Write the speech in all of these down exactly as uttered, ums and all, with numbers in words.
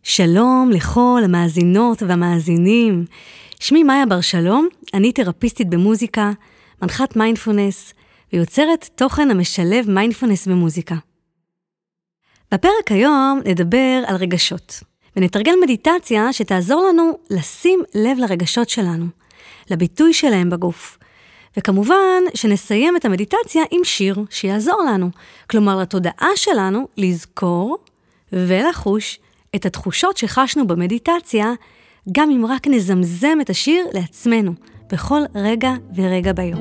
שלום לכל המאזינות והמאזינים. שמי מאיה בר שלום, אני תרפיסטית במוזיקה, מנחת מיינדפולנס ויוצרת תוכן המשלב מיינדפולנס ומוזיקה. בפרק היום נדבר על רגשות, ונתרגל מדיטציה שתעזור לנו לשים לב לרגשות שלנו, לביטוי שלהם בגוף. וכמובן שנסיים את המדיטציה עם שיר שיעזור לנו, כלומר לתודעה שלנו לזכור ולחוש את התחושות שחשנו במדיטציה, גם אם רק נזמזם את השיר לעצמנו, בכל רגע ורגע ביום.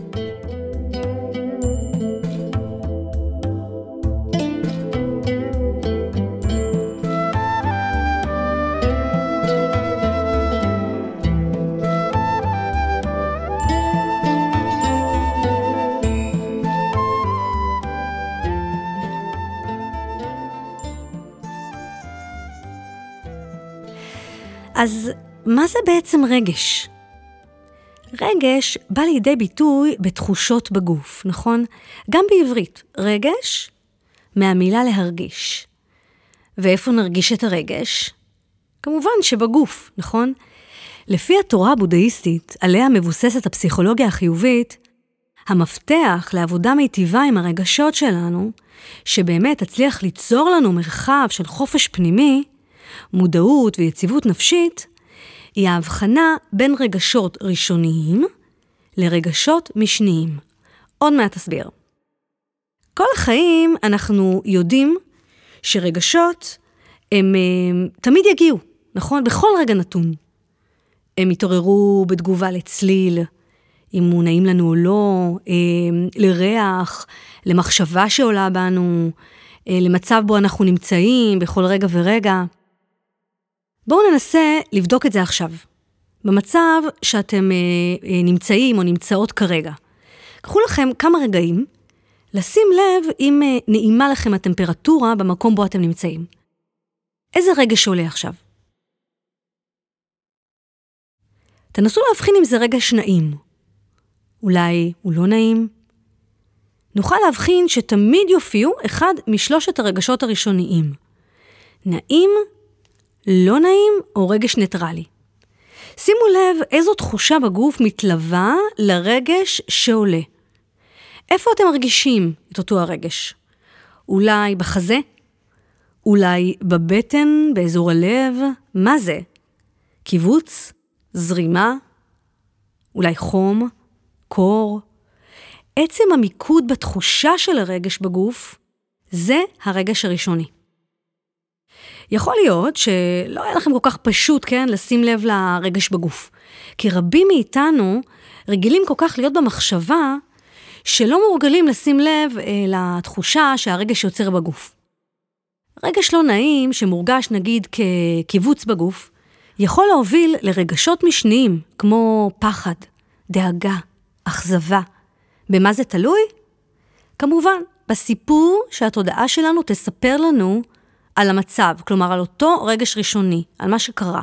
אז מה זה בעצם רגש? רגש בא לידי ביטוי בתחושות בגוף, נכון? גם בעברית, רגש מהמילה להרגיש. ואיפה נרגיש את הרגש? כמובן שבגוף, נכון? לפי התורה הבודהיסטית, עליה מבוססת הפסיכולוגיה החיובית, המפתח לעבודה מיטיבה עם הרגשות שלנו, שבאמת תצליח ליצור לנו מרחב של חופש פנימי, מודעות ויציבות נפשית, היא ההבחנה בין רגשות ראשוניים לרגשות משניים. עוד מעט אסביר. כל החיים אנחנו יודעים שרגשות הם, הם תמיד יגיעו, נכון? בכל רגע נתון. הם יתעוררו בתגובה לצליל, אם הוא נעים לנו או לא, לריח, למחשבה שעולה בנו, למצב בו אנחנו נמצאים בכל רגע ורגע. בואו ננסה לבדוק את זה עכשיו. במצב שאתם אה, אה, נמצאים או נמצאות כרגע. קחו לכם כמה רגעים לשים לב אם אה, נעימה לכם הטמפרטורה במקום בו אתם נמצאים. איזה רגש עולה עכשיו? תנסו להבחין אם זה רגש נעים. אולי הוא לא נעים. נוכל להבחין שתמיד יופיעו אחד משלושת הרגשות הראשוניים. נעים, לא נעים או רגש ניטרלי. שימו לב איזו תחושה בגוף מתלווה לרגש שעולה. איפה אתם מרגישים את אותו הרגש? אולי בחזה? אולי בבטן, באזור הלב? מה זה? קיבוץ? זרימה? אולי חום? קור? עצם המיקוד בתחושה של הרגש בגוף, זה הרגש הראשוני. יכול להיות שלא היה לכם כל כך פשוט, כן, לשים לב לרגש בגוף. כי רבים מאיתנו רגילים כל כך להיות במחשבה, שלא מורגלים לשים לב אה, לתחושה שהרגש יוצר בגוף. רגש לא נעים שמורגש נגיד כקיבוץ בגוף, יכול להוביל לרגשות משניים, כמו פחד, דאגה, אכזבה. במה זה תלוי? כמובן, בסיפור שהתודעה שלנו תספר לנו על המצב, כלומר על אותו רגש ראשוני, על מה שקרה.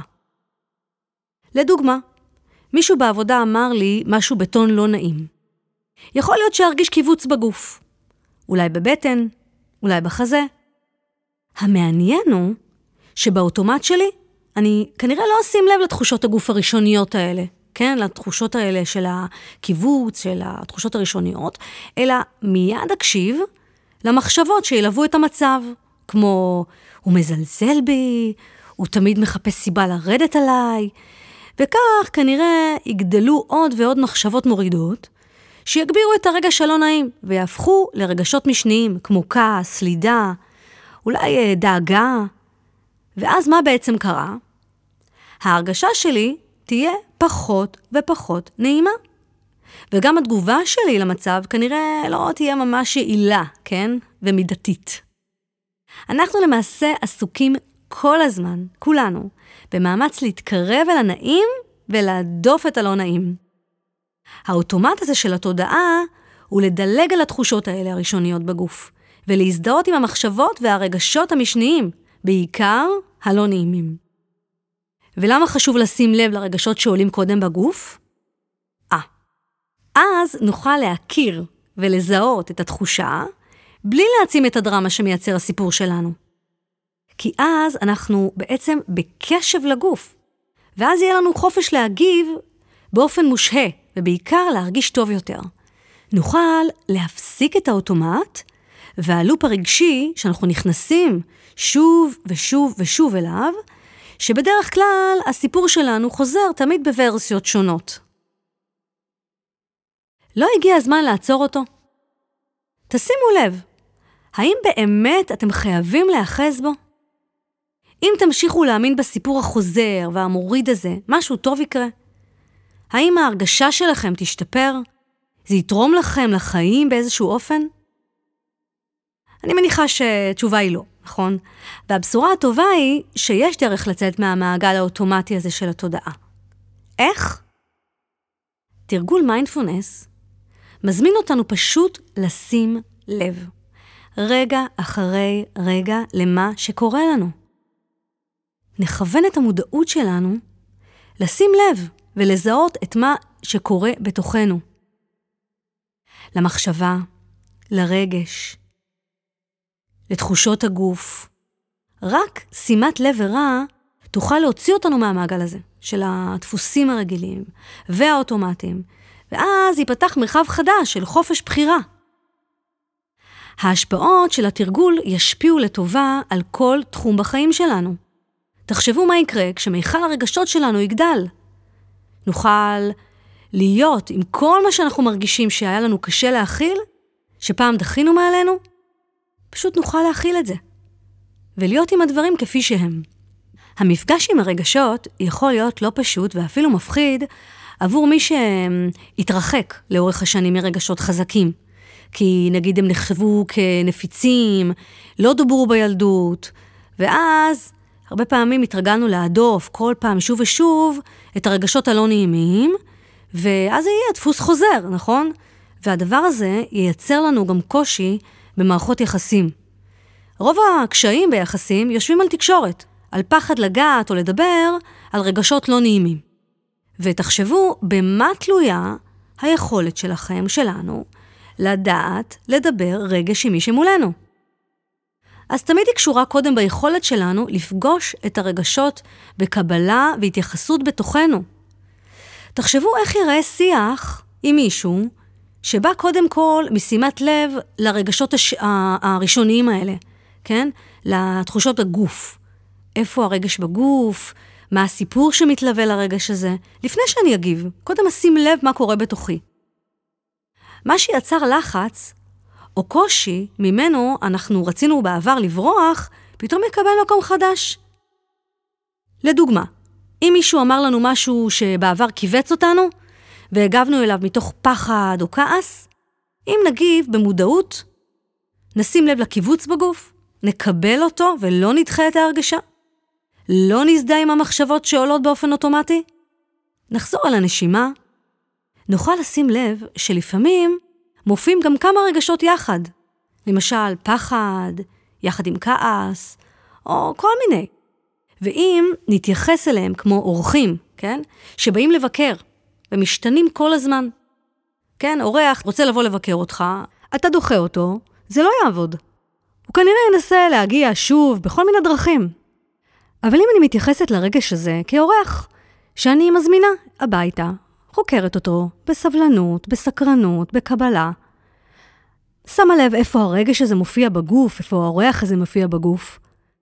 לדוגמה, מישהו בעבודה אמר לי משהו בטון לא נעים. יכול להיות שהרגיש קיבוץ בגוף. אולי בבטן, אולי בחזה. המעניין הוא שבאוטומט שלי, אני כנראה לא אשים לב לתחושות הגוף הראשוניות האלה, כן? לתחושות האלה של הקיבוץ, של התחושות הראשוניות, אלא מיד אקשיב למחשבות שילוו את המצב. כמו, הוא מזלזל בי, הוא תמיד מחפש סיבה לרדת עליי, וכך כנראה יגדלו עוד ועוד מחשבות מורידות, שיגבירו את הרגש הלא נעים, ויהפכו לרגשות משניים, כמו כעס, סלידה, אולי דאגה. ואז מה בעצם קרה? ההרגשה שלי תהיה פחות ופחות נעימה. וגם התגובה שלי למצב כנראה לא תהיה ממש יעילה, כן? ומידתית. אנחנו למעשה עסוקים כל הזמן, כולנו, במאמץ להתקרב אל הנעים ולהדוף את הלא נעים. האוטומט הזה של התודעה הוא לדלג על התחושות האלה הראשוניות בגוף, ולהזדהות עם המחשבות והרגשות המשניים, בעיקר הלא נעימים. ולמה חשוב לשים לב לרגשות שעולים קודם בגוף? אה, אז נוכל להכיר ולזהות את התחושה, בלי להעצים את הדרמה שמייצר הסיפור שלנו. כי אז אנחנו בעצם בקשב לגוף, ואז יהיה לנו חופש להגיב באופן מושהה, ובעיקר להרגיש טוב יותר. נוכל להפסיק את האוטומט, והלופ הרגשי שאנחנו נכנסים שוב ושוב ושוב אליו, שבדרך כלל הסיפור שלנו חוזר תמיד בוורסיות שונות. לא הגיע הזמן לעצור אותו? תשימו לב, האם באמת אתם חייבים להאחז בו? אם תמשיכו להאמין בסיפור החוזר והמוריד הזה, משהו טוב יקרה? האם ההרגשה שלכם תשתפר? זה יתרום לכם לחיים באיזשהו אופן? אני מניחה שתשובה היא לא, נכון? והבשורה הטובה היא שיש דרך לצאת מהמעגל האוטומטי הזה של התודעה. איך? תרגול מיינדפולנס מזמין אותנו פשוט לשים לב, רגע אחרי רגע למה שקורה לנו. נכוון את המודעות שלנו לשים לב ולזהות את מה שקורה בתוכנו. למחשבה, לרגש, לתחושות הגוף. רק שימת לב ורע תוכל להוציא אותנו מהמעגל הזה, של הדפוסים הרגילים והאוטומטיים, ואז ייפתח מרחב חדש של חופש בחירה. ההשפעות של התרגול ישפיעו לטובה על כל תחום בחיים שלנו. תחשבו מה יקרה כשמיכל הרגשות שלנו יגדל. נוכל להיות עם כל מה שאנחנו מרגישים שהיה לנו קשה להכיל, שפעם דחינו מעלינו, פשוט נוכל להכיל את זה, ולהיות עם הדברים כפי שהם. המפגש עם הרגשות יכול להיות לא פשוט ואפילו מפחיד עבור מי שהתרחק לאורך השנים מרגשות חזקים, כי נגיד הם נחשבו כנפיצים, לא דוברו בילדות, ואז הרבה פעמים התרגלנו להדוף כל פעם שוב ושוב את הרגשות הלא נעימים, ואז יהיה דפוס חוזר, נכון? והדבר הזה ייצר לנו גם קושי במערכות יחסים. רוב הקשיים ביחסים יושבים על תקשורת, על פחד לגעת או לדבר על רגשות לא נעימים. ותחשבו במה תלויה היכולת שלכם, שלנו, לדעת לדבר רגש עם מי שמולנו. אז תמיד היא קשורה קודם ביכולת שלנו לפגוש את הרגשות בקבלה והתייחסות בתוכנו. תחשבו איך ייראה שיח עם מישהו שבא קודם כל משימת לב לרגשות הש... הראשוניים האלה, כן? לתחושות בגוף. איפה הרגש בגוף? מה הסיפור שמתלווה לרגש הזה? לפני שאני אגיב, קודם אשים לב מה קורה בתוכי. מה שיצר לחץ או קושי ממנו אנחנו רצינו בעבר לברוח, פתאום יקבל מקום חדש. לדוגמה, אם מישהו אמר לנו משהו שבעבר קיבץ אותנו, והגבנו אליו מתוך פחד או כעס, אם נגיב במודעות, נשים לב לקיבוץ בגוף, נקבל אותו ולא נדחה את ההרגשה, לא נזדהה עם המחשבות שעולות באופן אוטומטי, נחזור על הנשימה, נוכל לשים לב שלפעמים מופיעים גם כמה רגשות יחד, למשל פחד, יחד עם כעס, או כל מיני. ואם נתייחס אליהם כמו אורחים, כן? שבאים לבקר ומשתנים כל הזמן. כן, אורח רוצה לבוא לבקר אותך, אתה דוחה אותו, זה לא יעבוד. הוא כנראה ינסה להגיע שוב בכל מיני דרכים. אבל אם אני מתייחסת לרגש הזה כאורח, שאני מזמינה הביתה, חוקרת אותו בסבלנות, בסקרנות, בקבלה, שמה לב איפה הרגש הזה מופיע בגוף, איפה האורח הזה מופיע בגוף,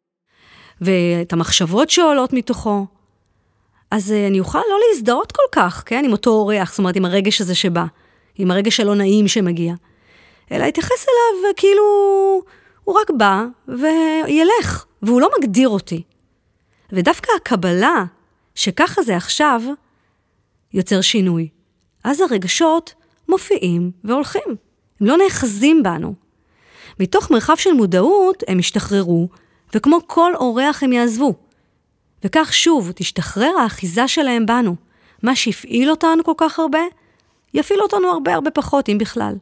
ואת המחשבות שעולות מתוכו, אז אני אוכל לא להזדהות כל כך, כן, עם אותו אורח, זאת אומרת, עם הרגש הזה שבא, עם הרגש הלא נעים שמגיע, אלא יתייחס אליו כאילו הוא רק בא וילך, והוא לא מגדיר אותי. ודווקא הקבלה, שככה זה עכשיו, יוצר שינוי. אז הרגשות מופיעים והולכים. הם לא נאחזים בנו. מתוך מרחב של מודעות הם ישתחררו, וכמו כל אורח הם יעזבו. וכך שוב תשתחרר האחיזה שלהם בנו. מה שהפעיל אותנו כל כך הרבה, יפעיל אותנו הרבה הרבה פחות, אם בכלל.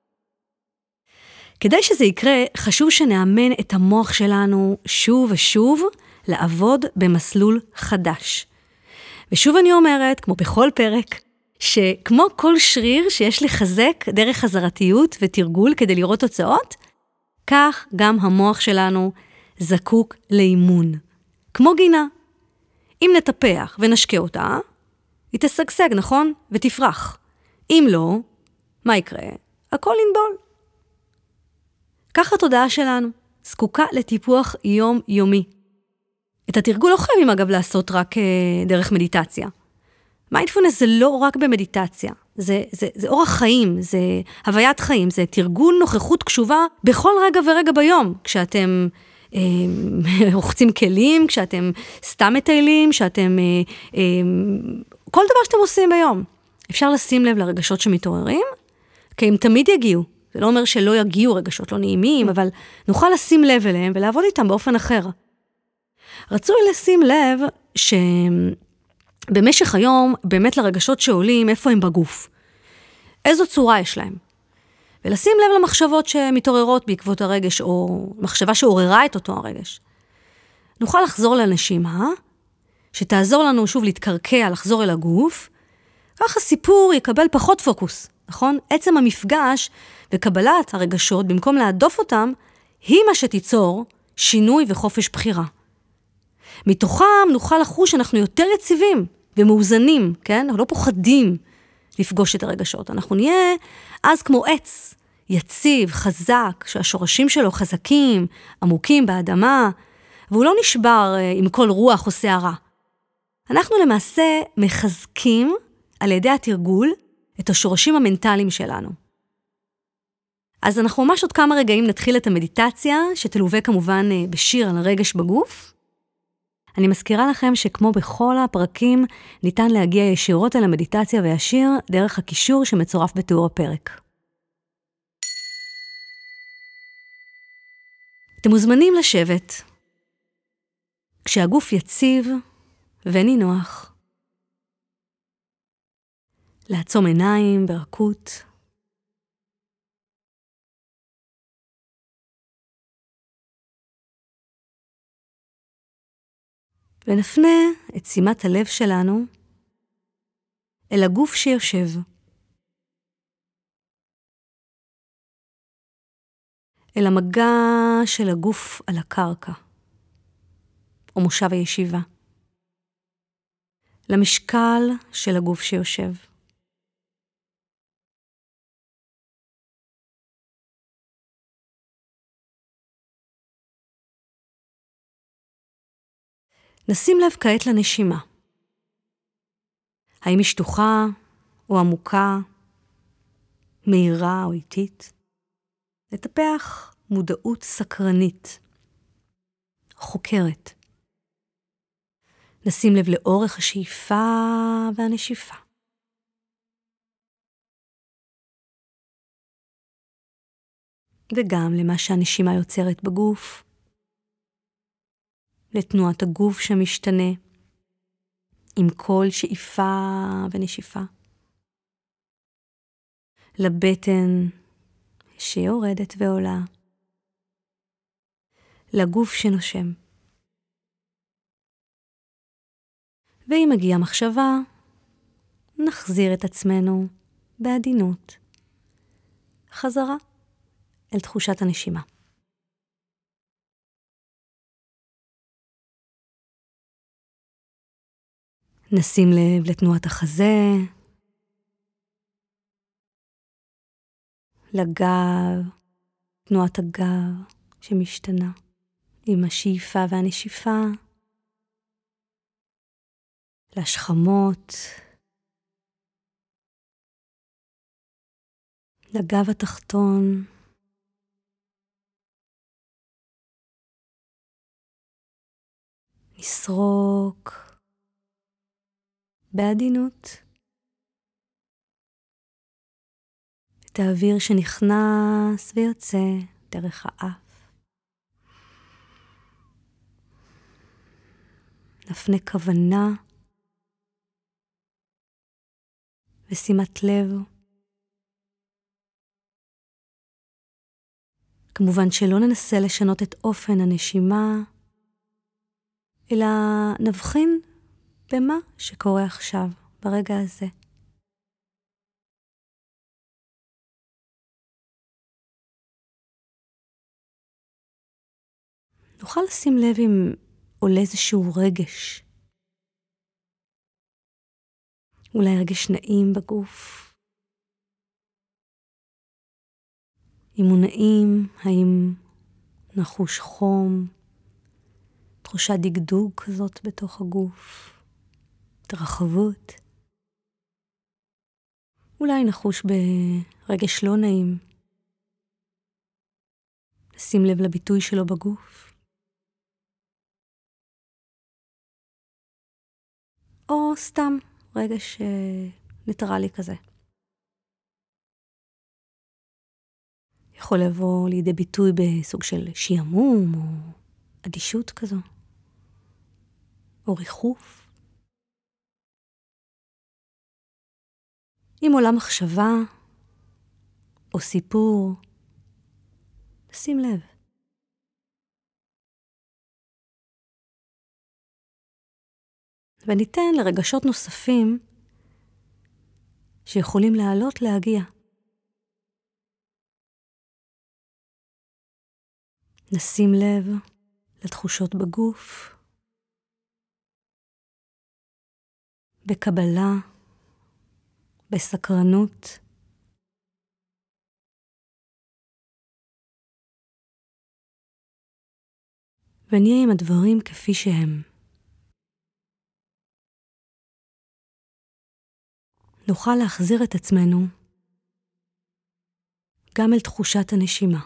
כדי שזה יקרה, חשוב שנאמן את המוח שלנו שוב ושוב לעבוד במסלול חדש. ושוב אני אומרת, כמו בכל פרק, שכמו כל שריר שיש לחזק דרך חזרתיות ותרגול כדי לראות תוצאות, כך גם המוח שלנו זקוק לאימון. כמו גינה. אם נטפח ונשקה אותה, היא תשגשג, נכון? ותפרח. אם לא, מה יקרה? הכל ינבול. כך התודעה שלנו, זקוקה לטיפוח יום-יומי. את התרגול לא חייבים אגב לעשות רק uh, דרך מדיטציה. מיינדפולנס זה לא רק במדיטציה, זה, זה, זה אורח חיים, זה הוויית חיים, זה תרגול נוכחות קשובה בכל רגע ורגע ביום, כשאתם אה, רוחצים כלים, כשאתם סתם מטיילים, כשאתם, אה, אה, כל דבר שאתם עושים ביום. אפשר לשים לב לרגשות שמתעוררים, כי הם תמיד יגיעו. זה לא אומר שלא יגיעו רגשות לא נעימים, אבל נוכל לשים לב אליהם ולעבוד איתם באופן אחר. רצוי לשים לב שבמשך היום, באמת לרגשות שעולים, איפה הם בגוף. איזו צורה יש להם. ולשים לב למחשבות שמתעוררות בעקבות הרגש, או מחשבה שעוררה את אותו הרגש. נוכל לחזור לנשימה, שתעזור לנו שוב להתקרקע, לחזור אל הגוף, כך הסיפור יקבל פחות פוקוס, נכון? עצם המפגש וקבלת הרגשות, במקום להדוף אותם, היא מה שתיצור שינוי וחופש בחירה. מתוכם נוכל לחוש שאנחנו יותר יציבים ומאוזנים, כן? אנחנו לא פוחדים לפגוש את הרגשות. אנחנו נהיה אז כמו עץ, יציב, חזק, שהשורשים שלו חזקים, עמוקים באדמה, והוא לא נשבר עם כל רוח או שערה. אנחנו למעשה מחזקים על ידי התרגול את השורשים המנטליים שלנו. אז אנחנו ממש עוד כמה רגעים נתחיל את המדיטציה, שתלווה כמובן בשיר על הרגש בגוף. אני מזכירה לכם שכמו בכל הפרקים, ניתן להגיע ישירות אל המדיטציה והשיר דרך הקישור שמצורף בתיאור הפרק. אתם מוזמנים לשבת, כשהגוף יציב ונינוח. לעצום עיניים ברכות. ונפנה את שימת הלב שלנו אל הגוף שיושב. אל המגע של הגוף על הקרקע, או מושב הישיבה. למשקל של הגוף שיושב. נשים לב כעת לנשימה. האם היא שטוחה או עמוקה, מהירה או איטית? לטפח מודעות סקרנית, חוקרת. נשים לב לאורך השאיפה והנשיפה. וגם למה שהנשימה יוצרת בגוף. לתנועת הגוף שמשתנה, עם כל שאיפה ונשיפה. לבטן שיורדת ועולה. לגוף שנושם. ואם מגיעה מחשבה, נחזיר את עצמנו בעדינות. חזרה אל תחושת הנשימה. נשים לב לתנועת החזה, לגב, תנועת הגב שמשתנה עם השאיפה והנשיפה, להשכמות, לגב התחתון, נסרוק בעדינות את האוויר שנכנס ויוצא דרך האף. נפנה כוונה ושימת לב. כמובן שלא ננסה לשנות את אופן הנשימה, אלא נבחין במה שקורה עכשיו, ברגע הזה. נוכל לשים לב אם עולה איזשהו רגש. אולי רגש נעים בגוף. אם הוא נעים, האם נחוש חום, תחושת דגדוג כזאת בתוך הגוף, התרחבות. אולי נחוש ברגש לא נעים. שים לב לביטוי שלו בגוף. או סתם רגש ניטרלי כזה. יכול לבוא לידי ביטוי בסוג של שיעמום או אדישות כזו. או ריחוף. אם עולה מחשבה או סיפור, שים לב. וניתן לרגשות נוספים שיכולים לעלות להגיע. נשים לב לתחושות בגוף, בקבלה, בסקרנות. ונהיה עם הדברים כפי שהם. נוכל להחזיר את עצמנו גם אל תחושת הנשימה.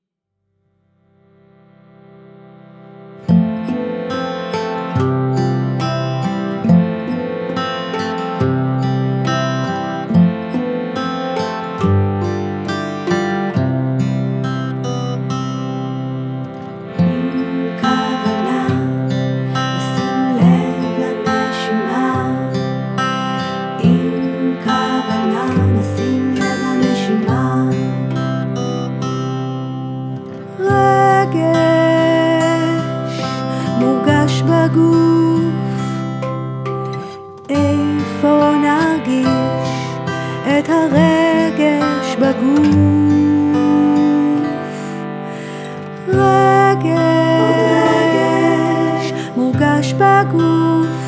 את הרגש בגוף, רגש מורגש בגוף,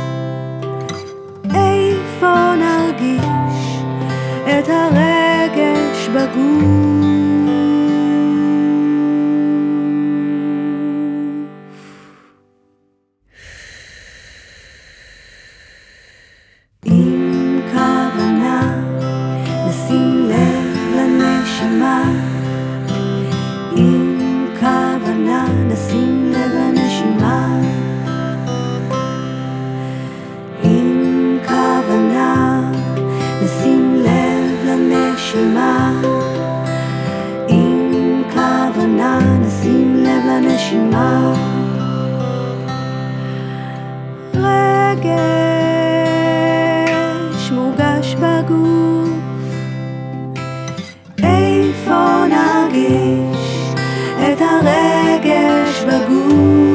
איפה נרגיש את הרגש בגוף. נשים לב לנשימה, עם כוונה נשים לב לנשימה, עם כוונה נשים לב לנשימה. רגש מורגש בגוף, איפה נרגיש את הרגש בגוף.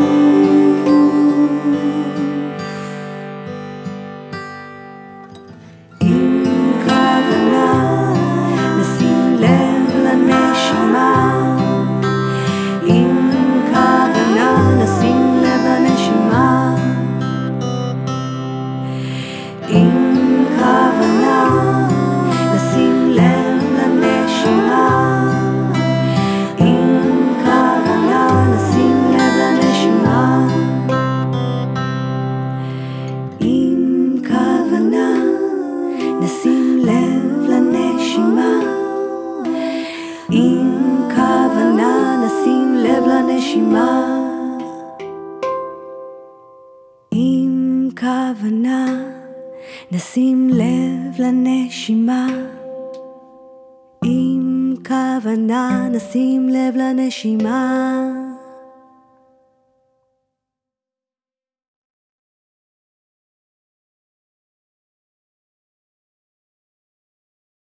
עם כוונה נשים לב לנשימה, עם כוונה נשים לב לנשימה, עם כוונה נשים לב לנשימה, נשים לב לנשימה, עם כוונה נשים לב לנשימה, עם כוונה נשים לב לנשימה, עם כוונה נשים לב לנשימה.